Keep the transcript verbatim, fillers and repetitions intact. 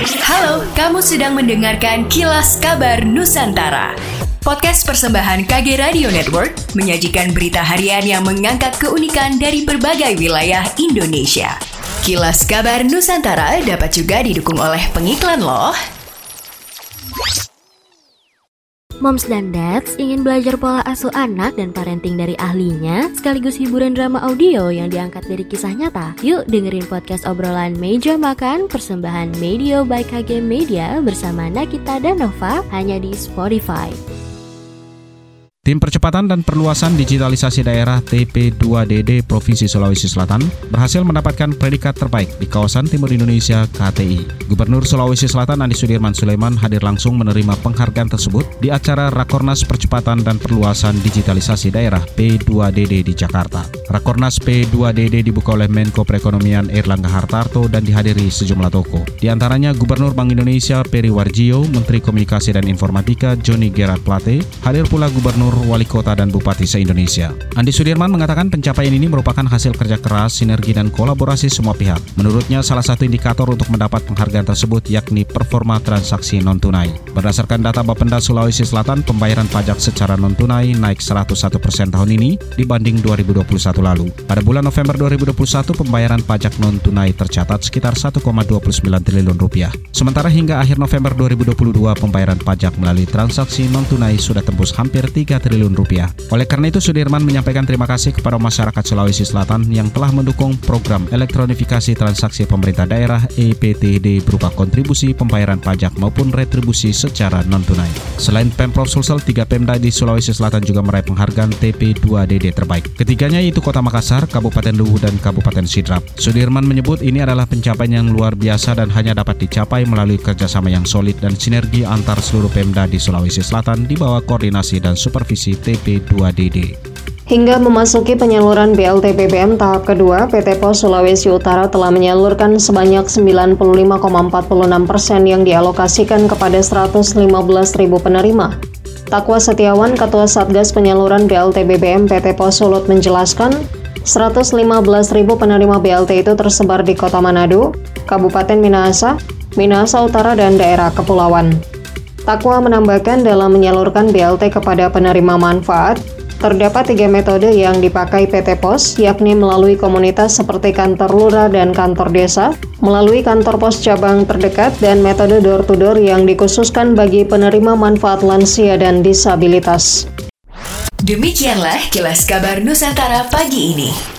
Halo, kamu sedang mendengarkan Kilas Kabar Nusantara. Podcast persembahan K G Radio Network menyajikan berita harian yang mengangkat keunikan dari berbagai wilayah Indonesia. Kilas Kabar Nusantara dapat juga didukung oleh pengiklan loh. Moms dan Dads ingin belajar pola asuh anak dan parenting dari ahlinya, sekaligus hiburan drama audio yang diangkat dari kisah nyata. Yuk dengerin podcast obrolan Meja Makan persembahan Medio by K G Media bersama Nakita dan Nova hanya di Spotify. Tim Percepatan dan Perluasan Digitalisasi Daerah T P dua D D Provinsi Sulawesi Selatan berhasil mendapatkan predikat terbaik di kawasan Timur Indonesia K T I. Gubernur Sulawesi Selatan Andi Sudirman Sulaiman hadir langsung menerima penghargaan tersebut di acara Rakornas Percepatan dan Perluasan Digitalisasi Daerah P dua D D di Jakarta. Rakornas P dua D D dibuka oleh Menko Perekonomian Airlangga Hartarto dan dihadiri sejumlah tokoh. Di antaranya Gubernur Bank Indonesia Peri Warjio, Menteri Komunikasi dan Informatika Johnny Gerard Plate, hadir pula Gubernur, Wali Kota dan Bupati se-Indonesia. Andi Sudirman mengatakan pencapaian ini merupakan hasil kerja keras, sinergi dan kolaborasi semua pihak. Menurutnya salah satu indikator untuk mendapat penghargaan tersebut yakni performa transaksi non-tunai. Berdasarkan data Bapenda Sulawesi Selatan, pembayaran pajak secara non-tunai naik seratus satu persen tahun ini dibanding dua ribu dua puluh satu lalu. Pada bulan November dua ribu dua puluh satu, pembayaran pajak non-tunai tercatat sekitar satu koma dua sembilan triliun rupiah. Sementara hingga akhir November dua ribu dua puluh dua, pembayaran pajak melalui transaksi non-tunai sudah tembus hampir tiga triliun rupiah. Oleh karena itu, Sudirman menyampaikan terima kasih kepada masyarakat Sulawesi Selatan yang telah mendukung program elektronifikasi transaksi pemerintah daerah E P T D berupa kontribusi pembayaran pajak maupun retribusi secara non-tunai. Selain Pemprov Sulsel, tiga Pemda di Sulawesi Selatan juga meraih penghargaan T P dua D D terbaik. Ketiganya yaitu Kota Makassar, Kabupaten Luwu, dan Kabupaten Sidrap. Sudirman menyebut ini adalah pencapaian yang luar biasa dan hanya dapat dicapai melalui kerjasama yang solid dan sinergi antar seluruh Pemda di Sulawesi Selatan di bawah koordinasi dan supervisi T P dua D D. Hingga memasuki penyaluran B L T B B M tahap kedua, P T Pos Sulawesi Utara telah menyalurkan sebanyak sembilan puluh lima koma empat enam persen yang dialokasikan kepada seratus lima belas ribu penerima. Takwa Setiawan, Ketua Satgas Penyaluran B L T B B M P T Pos Sulut menjelaskan, seratus lima belas ribu penerima B L T itu tersebar di Kota Manado, Kabupaten Minahasa, Minahasa Utara, dan daerah kepulauan. Takwa menambahkan dalam menyalurkan B L T kepada penerima manfaat, terdapat tiga metode yang dipakai P T Pos, yakni melalui komunitas seperti kantor lurah dan kantor desa, melalui kantor pos cabang terdekat, dan metode door-to-door yang dikhususkan bagi penerima manfaat lansia dan disabilitas. Demikianlah Kilas Kabar Nusantara pagi ini.